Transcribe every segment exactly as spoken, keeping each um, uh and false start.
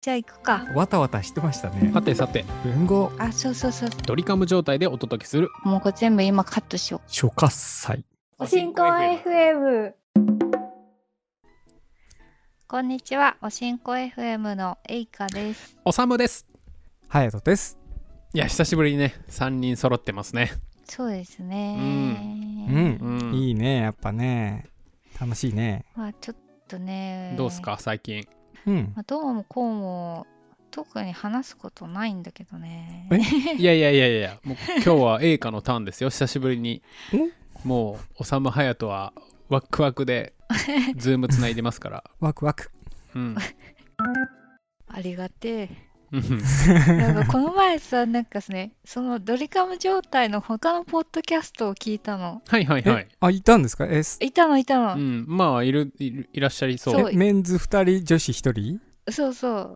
じゃあ行くか。 わたわたしてましたね。 さてさて、 文豪あ、そうそうそう。 ドリカム状態でお届けするもうこれ全部今カットしよ初喝祭。 う。おしんこ エフエム。こんにちは、おしんこ エフエム のエイカです。 おさむです。 はやとです。 いや久しぶりにねさんにん揃ってますね。 そうですね。 うん、 うん、 いいね、やっぱね、楽しいね。 まあちょっとね。 どうすか最近。 うん。 まあ、どうもこうも特に話すことないんだけどね。 いやいやいやいや、もう今日はエイカのターンですよ。久しぶりに。もうおさむはやとはワクワクでズームつないでますから。 ワクワク。 うん。 ありがてうん。 え。なんかこの前さ、なんかね、そのドリカム状態の他のポッドキャストを聞いたの。 はいはいはい。 あ、いたんですか？え、 いたのいたの。 うん、まあいる、いるいらっしゃいそう。 そうえメンズふたり、女子ひとり？ そうそう、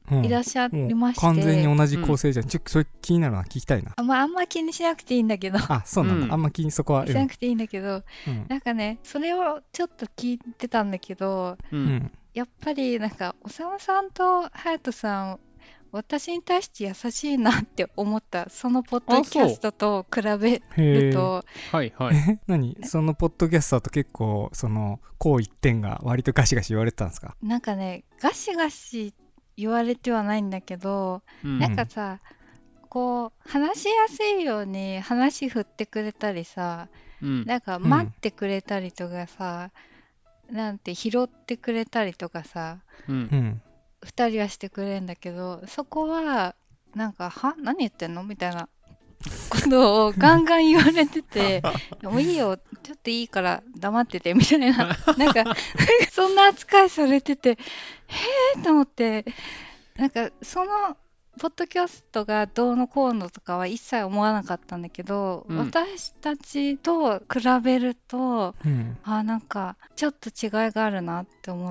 うん、 いらっしゃいまして。 完全に同じ構成じゃん。ちょっとそれ気になるな、聞きたいな。 あ、まあ、あんま気にしなくていいんだけど。 あ、そうなんだ。 うん、 あんま気にそこは。 しなくていいんだけど、 うん、 なんかね、それをちょっと聞いてたんだけど、 ううんん、 やっぱりなんかおさむさんとはやとさん、私に対して優しいなって思った。そのポッドキャストと比べると。 はいはい。 え、何そのポッドキャストだと結構そのこう一点が割とガシガシ言われてたんですか？ なんかね、ガシガシ言われてはないんだけど、 うん、 なんかさ、こう話しやすいように話振ってくれたりさ、 うん、 なんか待ってくれたりとかさ、うん、なんて拾ってくれたりとかさ、 うん、 うんふたりはしてくれるんだけど、そこはなんかは何言ってんのみたいなことをガンガン言われててでもいいよ、ちょっといいから黙っててみたいななんかそんな扱いされてて、へえと思って、なんかそのポッドキャストがどうのこうのとかは一切思わなかったんだけど、うん、私たちと比べると、うん、あ、なんかちょっと違いがあるなって思って、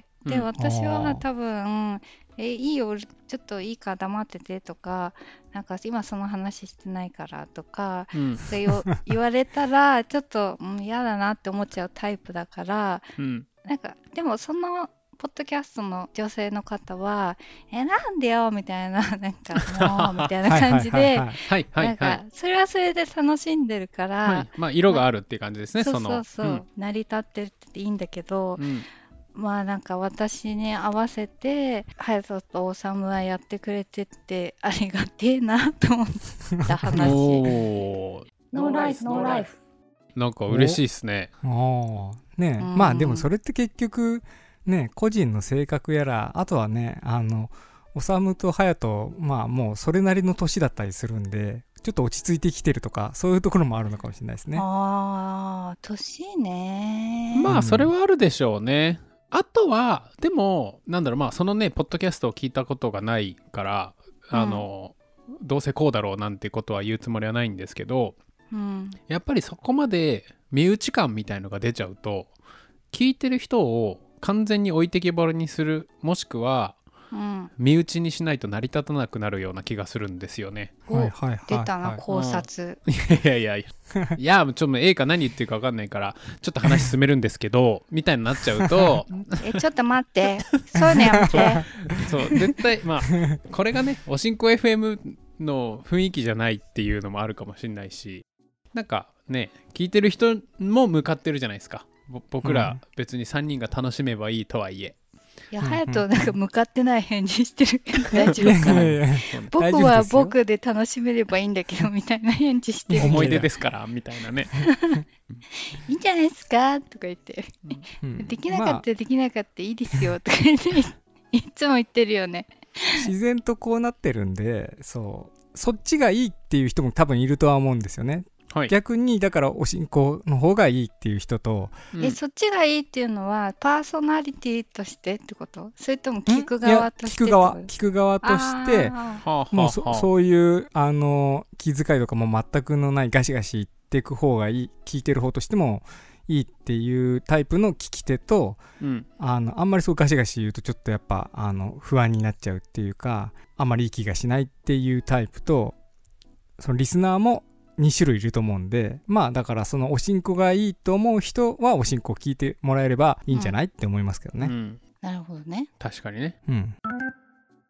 で、うん、私は多分えいいよ、ちょっといいから黙っててとか、なんか今その話してないからとか、うん、言われたらちょっと嫌、うん、だなって思っちゃうタイプだから、うん、なんかでもそのポッドキャストの女性の方はえなんでよみたいな、なんかもうみたいな感じで、なんかそれはそれで楽しんでるから、はい、 まあ色があるっていう感じですね。 そうそうそう、 その、うん、 成り立ってるっていいんだけど、うん、まあなんか私に合わせてはやととおさむはやってくれてってありがてえなと思った話。 ノーライフノーライフ。 なんか嬉しいっすね。 あねえ、うん、まあでもそれって結局ね、個人の性格やら、あとはね、あのおさむとはやと、まあもうそれなりの年だったりするんで、ちょっと落ち着いてきてるとか、そういうところもあるのかもしれないですね。 ああ、年ね。 まあそれはあるでしょうね。あとはでもなんだろう、まあそのねポッドキャストを聞いたことがないから、あの、うん、どうせこうだろうなんてことは言うつもりはないんですけど、うん、やっぱりそこまで身内感みたいのが出ちゃうと、聞いてる人を完全に置いてけぼりにする、もしくは、うん、身内にしないと成り立たなくなるような気がするんですよね。 はいはいはいはい、出たな考察、 うん、いやいやいやいや、ちょっと A か何言ってるか分かんないからちょっと話進めるんですけどみたいになっちゃうとえちょっと待ってそういうのやめてそう絶対まあこれがねおしんこ エフエム の雰囲気じゃないっていうのもあるかもしれないし、なんかね聞いてる人も向かってるじゃないですか。僕ら別にさんにんが楽しめばいいとはいえ、 いや、はやとなんか向かってない返事してるけど大丈夫かな僕は僕で楽しめればいいんだけどみたいな返事してる。 思い出ですからみたいなねいいんじゃないですかとか言って、うん、できなかったらできなかったいいですよとか言っていつも言ってるよね。 自然とこうなってるんで、そうそっちがいいっていう人も多分いるとは思うんですよね。はい、逆にだからおしんこの方がいいっていう人と、 うん、えそっちがいいっていうのはパーソナリティとしてってこと？それとも聞く側として？ 聞く側聞く側としてもう そ, そういうあの気遣いとかも全くのないガシガシ言っていく方がいい、聞いてる方としてもいいっていうタイプの聞き手と、うん、あのあんまりそうガシガシ言うとちょっとやっぱあの不安になっちゃうっていうか、あんまりいい気がしないっていうタイプと、そのリスナーもに種類いると思うんで、まあだからそのおしんこがいいと思う人はおしんこを聞いてもらえればいいんじゃない、うん、って思いますけどね、うん、 なるほどね。 確かにね、 うん、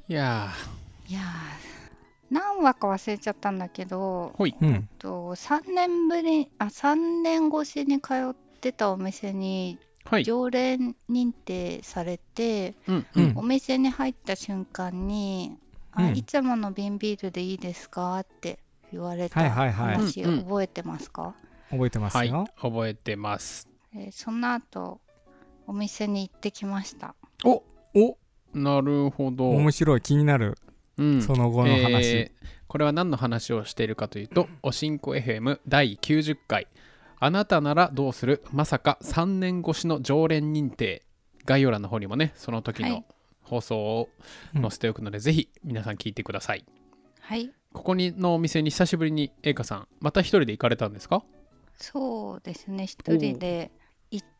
いやいやー何話か忘れちゃったんだけど、 ほい、 うんえっと、さんねんぶりあさんねん越しに通ってたお店にはい、 常連認定されて、 うんうんお店に入った瞬間に、あうんいつもの瓶ビールでいいですかって言われはいたはいはい話うんうん覚えてますか？ 覚えてますはい、 よ。 覚えてます。 えーその後お店に行ってきました。 おお、 なるほど。 面白い、気になる、 うん、 その後の話。 えーこれは何の話をしているかというと、おしんこ エフエム だいきゅうじゅっかい、あなたならどうする、まさかさんねん越しの常連認定。概要欄の方にもね、その時のはい放送を載せておくので、ぜひ皆さん聞いてください。 はい、 ここにのお店に久しぶりに栄華さん、また一人で行かれたんですか？ そうですね、一人で行って、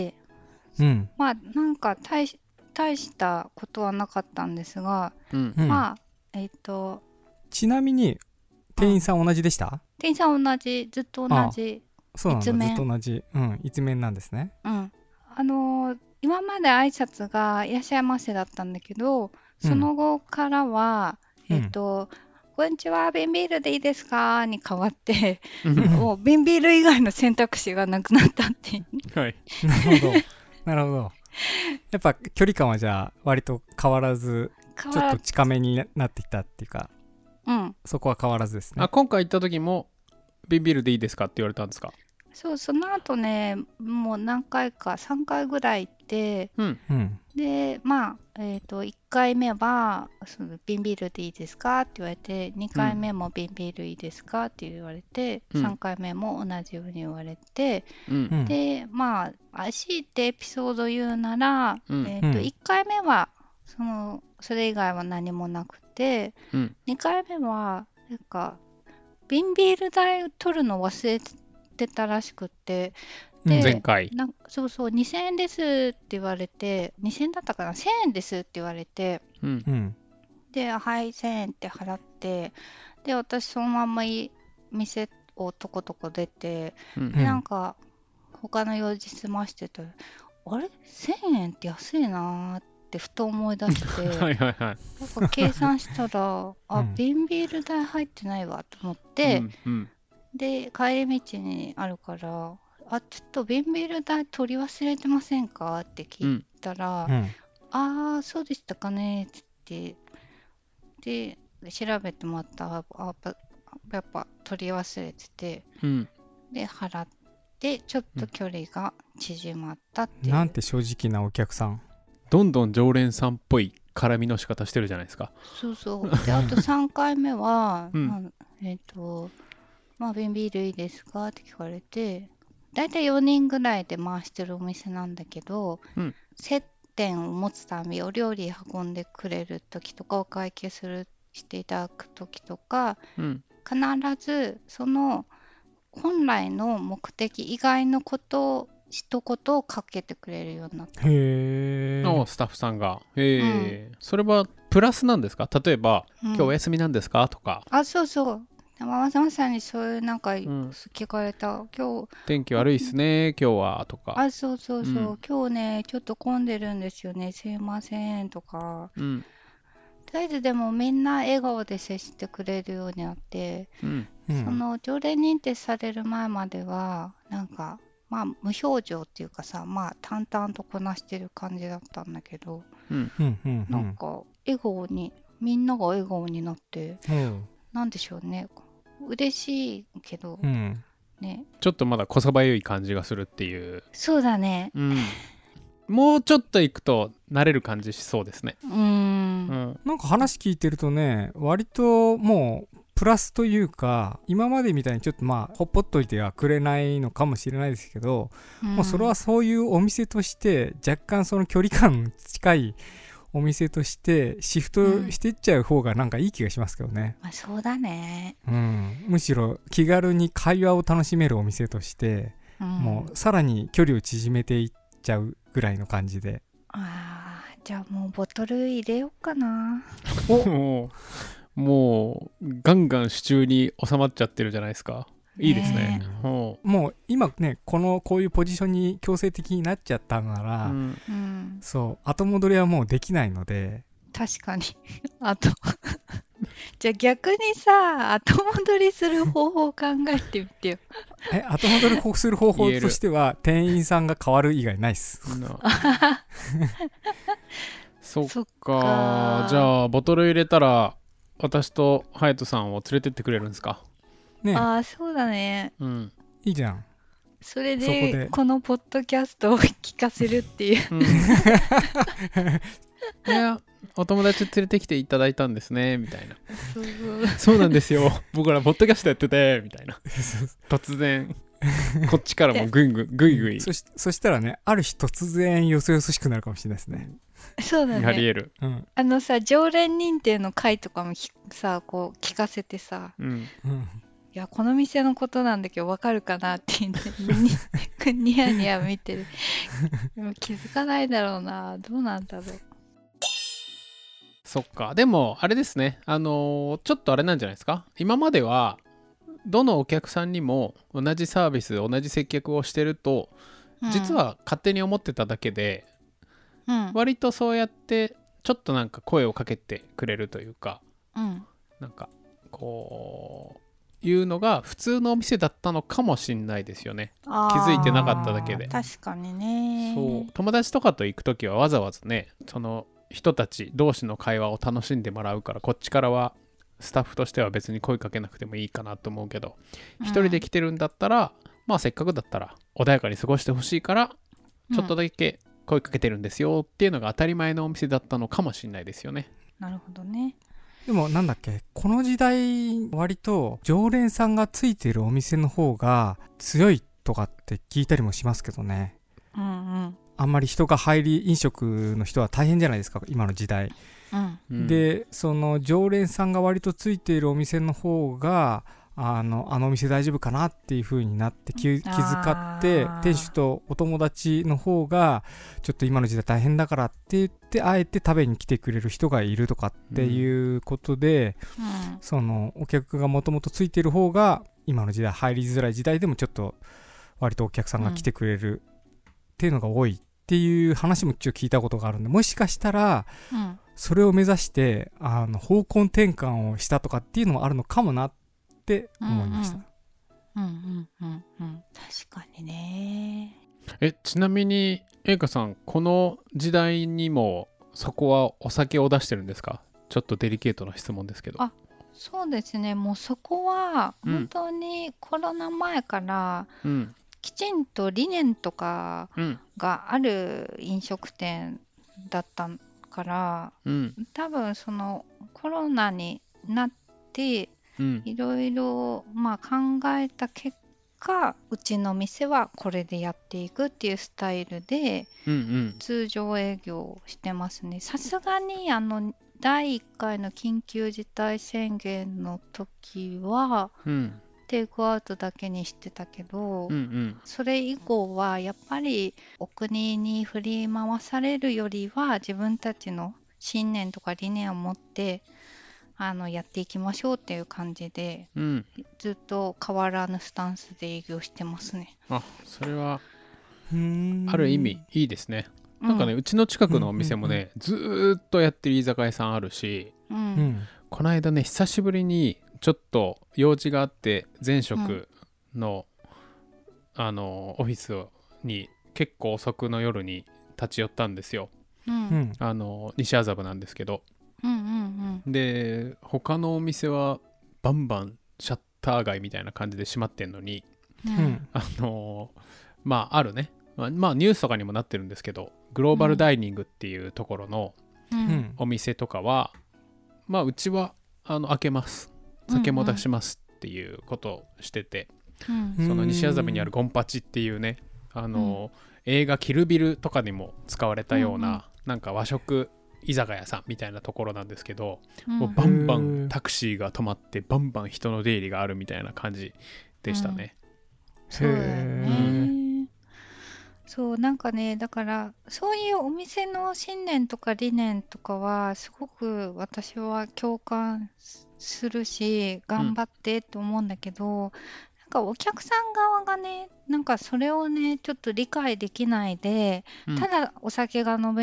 うんまあなんか大し大したことはなかったんですが、 うんうん、 まあえっ、とちなみに店員さん同じでした？ 店員さん同じ、ずっと同じ。 そうなんだ、ず一面っと同じ、うん、一面なんですね。 うん、あのー今まで挨拶がいらっしゃいませだったんだけど、その後からは、 うんえっ、と、こんにちは、瓶ビールでいいですかに変わって、 うんもう瓶ビール以外の選択肢がなくなったっていう。 はい、 なるほどなるほど。やっぱ距離感はじゃあ割と変わらず、ちょっと近めになってきたっていうか、 うん、 そこは変わらずですね。 あ、今回行った時も瓶ビールでいいですかって言われたんですか？ そう、その後ね、もう何回か、さんかいぐらい行って、 うんうんで、まあ、えっ、と、いっかいめは、その瓶ビールでいいですかって言われて、にかいめも瓶ビールいいですかって言われて、 うんさんかいめも同じように言われて、 うんうんで、まあ、あ強いてエピソード言うなら、 うんえっ、と、 うんいっかいめは、その、それ以外は何もなくて、 うんにかいめは、なんか、瓶ビール代を取るの忘れてたらしくって、で前回なんそうそう、にせんえんですって言われて、にせんえんだったかな、せんえんですって言われて、 うんうんで、はい、せんえんって払って、で、私そのまんまい店をとことこ出て、 うんでなんか、他の用事済ましてて、あれ ?せんえんって安いなーってふと思い出して、 はいはいはい。 なんか計算したら、あ、 うん瓶ビール代入ってないわと思って、 うんうんで、帰り道にあるから、あ、ちょっと瓶ビール代取り忘れてませんかって聞いたら、 うんああ、そうでしたかねって言って、で、調べてもらったら、あ、やっぱやっぱ取り忘れてて、 うんで、払って、ちょっと距離が縮まったっていう。 なんて正直なお客さん。 どんどん常連さんっぽい絡みの仕方してるじゃないですか。 そうそう。で、あとさんかいめは、 うんまあえっ、と、まあ、瓶ビールいいですかって聞かれて、だいたいよにんぐらいで回してるお店なんだけど、 うん接点を持つたび、お料理運んでくれる時とか、お会計するしていただく時とか、 うん必ずその本来の目的以外のことを一言をかけてくれるようになった。 へえ。 のスタッフさんが。へえ、それはプラスなんですか？例えば、 うん今日お休みなんですかとか、 あ、そうそう。ままさにそういうなんかん聞かれた。今日、 天気悪いっすね、今日はとか。 あ、そうそうそう。 うん今日ね、ちょっと混んでるんですよね。すいませんとか。 うんとりあえずでもみんな笑顔で接してくれるようになって、 うんうんその常連認定される前までは、なんか、まあ無表情っていうかさ、まあ淡々とこなしてる感じだったんだけど、 うんうんうんうなんんか笑顔に、みんなが笑顔になって、 うんなんでしょうね。嬉しいけど、 うんね。 ちょっとまだこそばゆい感じがするっていう。 そうだね。 うんもうちょっと行くと慣れる感じしそうですね。 うー。 うんんなんか話聞いてるとね、割ともうプラスというか、今までみたいにちょっとまあほっぽっといてはくれないのかもしれないですけど、もうそれはそういうお店として若干その距離感近いお店としてシフトしていっちゃう方がなんかいい気がしますけどね。 まあ、そうだね。 うん、むしろ気軽に会話を楽しめるお店として、 うん、 もうさらに距離を縮めていっちゃうぐらいの感じで。 ああ、じゃあもうボトル入れようかな。 もうもうガンガン手中に収まっちゃってるじゃないですか。いいですね。ほもう今ね、このこういうポジションに強制的になっちゃったなら、 ううんうん。 そう後戻りはもうできないので、 確かに。あとじゃあ逆にさ、後戻りする方法を考えてみてよ。 え、後戻りする方法としては店員さんが変わる以外ないっす。 そっか。じゃあボトル入れたら私とハヤトさんを連れてってくれるんですかね。 ああ、そうだね。 うん。 いいじゃん。 それでこのポッドキャストを聞かせるっていう、うん、いやお友達連れてきていただいたんですねみたいな。そうそうそうなんですよ、僕らポッドキャストやっててみたいな。突然こっちからもぐいぐいぐいぐい。 そし、そしたらね、ある日突然よそよそしくなるかもしれないですね。 そうだね。 ありえる、 うん、あのさ、常連認定の回とかもさ、こう聞かせてさ、うん、いやこの店のことなんだけど分かるかなって言ってニヤニヤ見てる。でも気づかないだろうな。どうなんだろう。 そっか。でもあれですね、あのー、ちょっとあれなんじゃないですか。今まではどのお客さんにも同じサービス同じ接客をしてると、うん、実は勝手に思ってただけで、うん、割とそうやってちょっとなんか声をかけてくれるというか、うん、なんかこういうのが普通のお店だったのかもしんないですよね。気づいてなかっただけで。 確かにね。 そう、友達とかと行くときはわざわざね、その人たち同士の会話を楽しんでもらうから、こっちからはスタッフとしては別に声かけなくてもいいかなと思うけど、一人で来てるんだったら、うん、まあせっかくだったら穏やかに過ごしてほしいからちょっとだけ声かけてるんですよっていうのが当たり前のお店だったのかもしれないですよね。 なるほどね。 でもなんだっけ、この時代割と常連さんがついているお店の方が強いとかって聞いたりもしますけどね。うんうん。あんまり人が入り、飲食の人は大変じゃないですか今の時代、うん、でその常連さんが割とついているお店の方があの、あのお店大丈夫かなっていう風になって気、気遣って店主とお友達の方がちょっと今の時代大変だからって言ってあえて食べに来てくれる人がいるとかっていうことで、うん、そのお客がもともとついている方が今の時代入りづらい時代でもちょっと割とお客さんが来てくれるっていうのが多いっていう話も一応聞いたことがあるんで、もしかしたらそれを目指してあの方向転換をしたとかっていうのもあるのかもなって思いました。 うんうんうんうん、確かにね。 え、ちなみにエイカさん、この時代にもそこはお酒を出してるんですか？ちょっとデリケートな質問ですけど。 あ、そうですね。もうそこは本当にコロナ前からきちんと理念とかがある飲食店だったから、うん、多分そのコロナになっていろいろまあ考えた結果、うちの店はこれでやっていくっていうスタイルで通常営業してますね。さすがにあのだいいっかいの緊急事態宣言の時は、うん、テイクアウトだけにしてたけど、うんうん、それ以降はやっぱりお国に振り回されるよりは自分たちの信念とか理念を持ってあのやっていきましょうっていう感じで、うん、ずっと変わらぬスタンスで営業してますね。 あ、それはある意味いいですね。なんかね、うん、うちの近くのお店もね、うんうんうん、ずーっとやってる居酒屋さんあるし、うん、この間ね久しぶりにちょっと用事があって前職の、うん、あのオフィスに結構遅くの夜に立ち寄ったんですよ、うん、あの西麻布なんですけど、うんうんうん、で他のお店はバンバンシャッター街みたいな感じで閉まってんのに、うん、あのまああるね、まあ、まあニュースとかにもなってるんですけど、グローバルダイニングっていうところのお店とかは、うん、まあうちはあの開けます、酒も出しますっていうことをしてて、うんうん、その西麻布にあるゴンパチっていうね、あの、うん、映画キルビルとかにも使われたような、うんうん、なんか和食居酒屋さんみたいなところなんですけど、うん、もうバンバンタクシーが止まってバンバン人の出入りがあるみたいな感じでしたね、 うん、そうだよね。そうなんかね、だからそういうお店の信念とか理念とかはすごく私は共感するし頑張ってって思うんだけど、うん、なんかお客さん側がね、なんかそれをねちょっと理解できないで、うん、ただお酒が飲める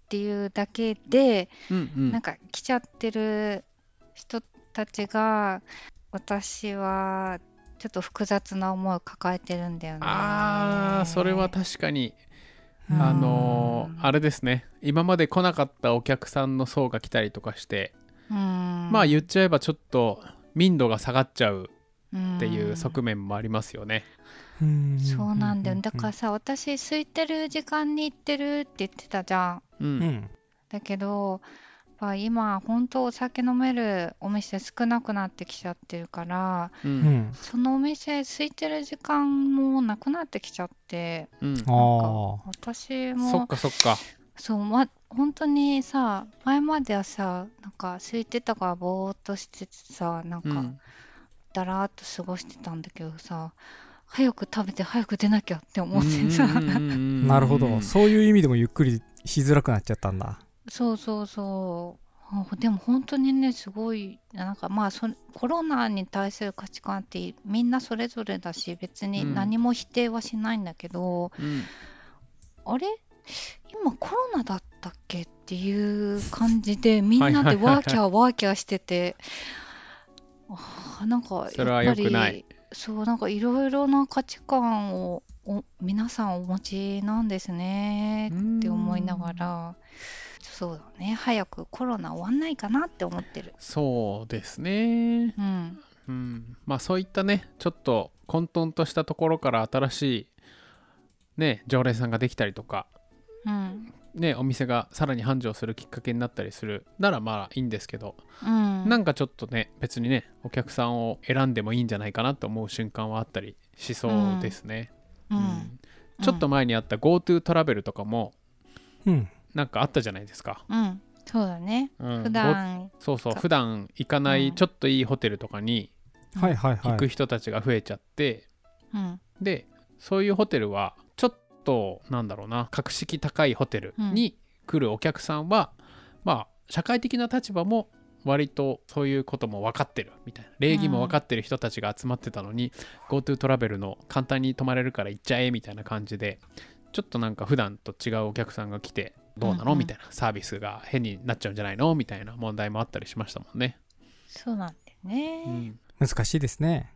っていうだけで、 うんうん、 なんか来ちゃってる人たちが私はちょっと複雑な思いを抱えてるんだよね。 あーそれは確かにうんあのーあれですね、今まで来なかったお客さんの層が来たりとかして、 うんまあ言っちゃえばちょっと民度が下がっちゃうっていううん側面もありますよね。 そうなんだよ。だからさ、私空いてる時間に行ってるって言ってたじゃん。 うん、 うんうんだけどやっぱ今本当お酒飲めるお店少なくなってきちゃってるから、 うんうん、 そのお店空いてる時間もなくなってきちゃって、 うん、 なんかあ私そっもかそっか。 そう、ま、本当にさ、前まではさ、なんか空いてたからぼーっとしててさ、なんかうんだらーっと過ごしてたんだけどさ、早く食べて早く出なきゃって思ってさ、 あなるほど、そういう意味でもゆっくりしづらくなっちゃったんだ。 そうそうそうあ。でも本当にね、すごい、なんかまあそ、コロナに対する価値観ってみんなそれぞれだし、別に何も否定はしないんだけど、 うん、 あれ今コロナだったっけっていう感じでみんなでワーキャーワーキャーしてて、あなんかそれは良やっぱくない。 りそうなんかいろいろな価値観をお皆さんお持ちなんですねって思いながら、そうだね、早くコロナ終わんないかなって思ってる。 そうですね、 うんうん、まあそういったねちょっと混沌としたところから新しいね常連さんができたりとか、 うんね、お店がさらに繁盛するきっかけになったりするならまあいいんですけど、 うんなんかちょっとね別にねお客さんを選んでもいいんじゃないかなと思う瞬間はあったりしそうですね、 うんうんちょっと前にあった GoTo トラベルとかもうんなんかあったじゃないですか、 うんそうだね、 うん、 普段そうそうか普段行かなうんいちょっといいホテルとかにはいはいはい行く人たちが増えちゃって、 うんでそういうホテルはちょっとなんだろうな格式高いホテルに来るお客さんは、まあ社会的な立場も割とそういうことも分かってるみたいな礼儀も分かってる人たちが集まってたのに、うん、GoTo トラベルの簡単に泊まれるから行っちゃえみたいな感じでちょっとなんか普段と違うお客さんが来てどうなの、うんうん、みたいなサービスが変になっちゃうんじゃないのみたいな問題もあったりしましたもんね。 そうなんだよね、 うん、難しいですね。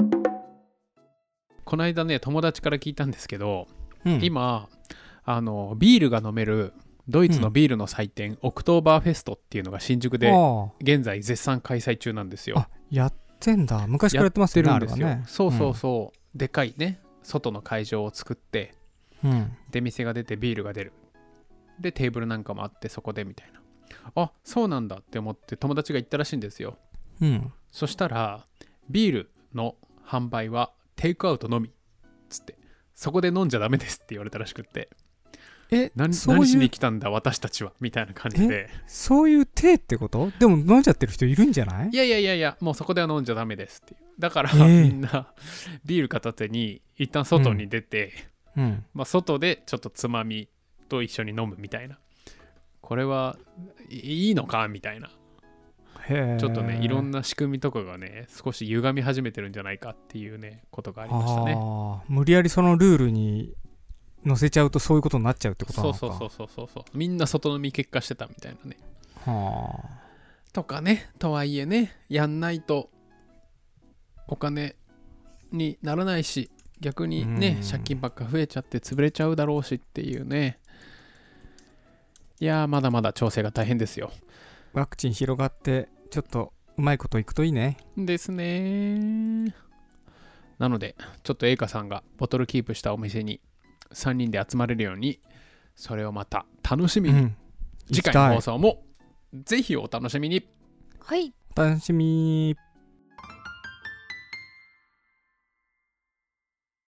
この間ね友達から聞いたんですけど、うん、今あのビールが飲めるドイツのビールの祭典、うん、オクトーバーフェストっていうのが新宿で現在絶賛開催中なんですよ。 あやってんだ。昔からやってますよね。 やってるんですよ、 あれはね、 そうそうそう、うん、でかいね外の会場を作って、 うん、 出店が出てビールが出るでテーブルなんかもあってそこでみたいな、あそうなんだって思って友達が行ったらしいんですよ、 うん、 そしたらビールの販売はテイクアウトのみっつってそこで飲んじゃダメですって言われたらしくって、 え何, そういう何しに来たんだ私たちはみたいな感じで、 そういう体ってこと？でも飲んじゃってる人いるんじゃない？ いやいやいやいやもうそこでは飲んじゃダメですっていう、だから、えー、みんなビール片手に一旦外に出て、 うんうんまあ、外でちょっとつまみと一緒に飲むみたいな、これはいいのかみたいな、 へちょっとねいろんな仕組みとかがね少し歪み始めてるんじゃないかっていうねことがありましたね。 あ無理やりそのルールに乗せちゃうとそういうことになっちゃうってことなのか。 そうそうそうそうそうみんな外飲み結果してたみたいなね、 はあ、 とかね、とはいえねやんないとお金にならないし逆にね借金ばっか増えちゃって潰れちゃうだろうしっていうね、いやーまだまだ調整が大変ですよ。 ワクチン広がってちょっとうまいこといくといいね。 ですね。なのでちょっとエイカさんがボトルキープしたお店にさんにんで集まれるように、それをまた楽しみに、うん、次回の放送もぜひお楽しみに。 はい、 お楽しみに。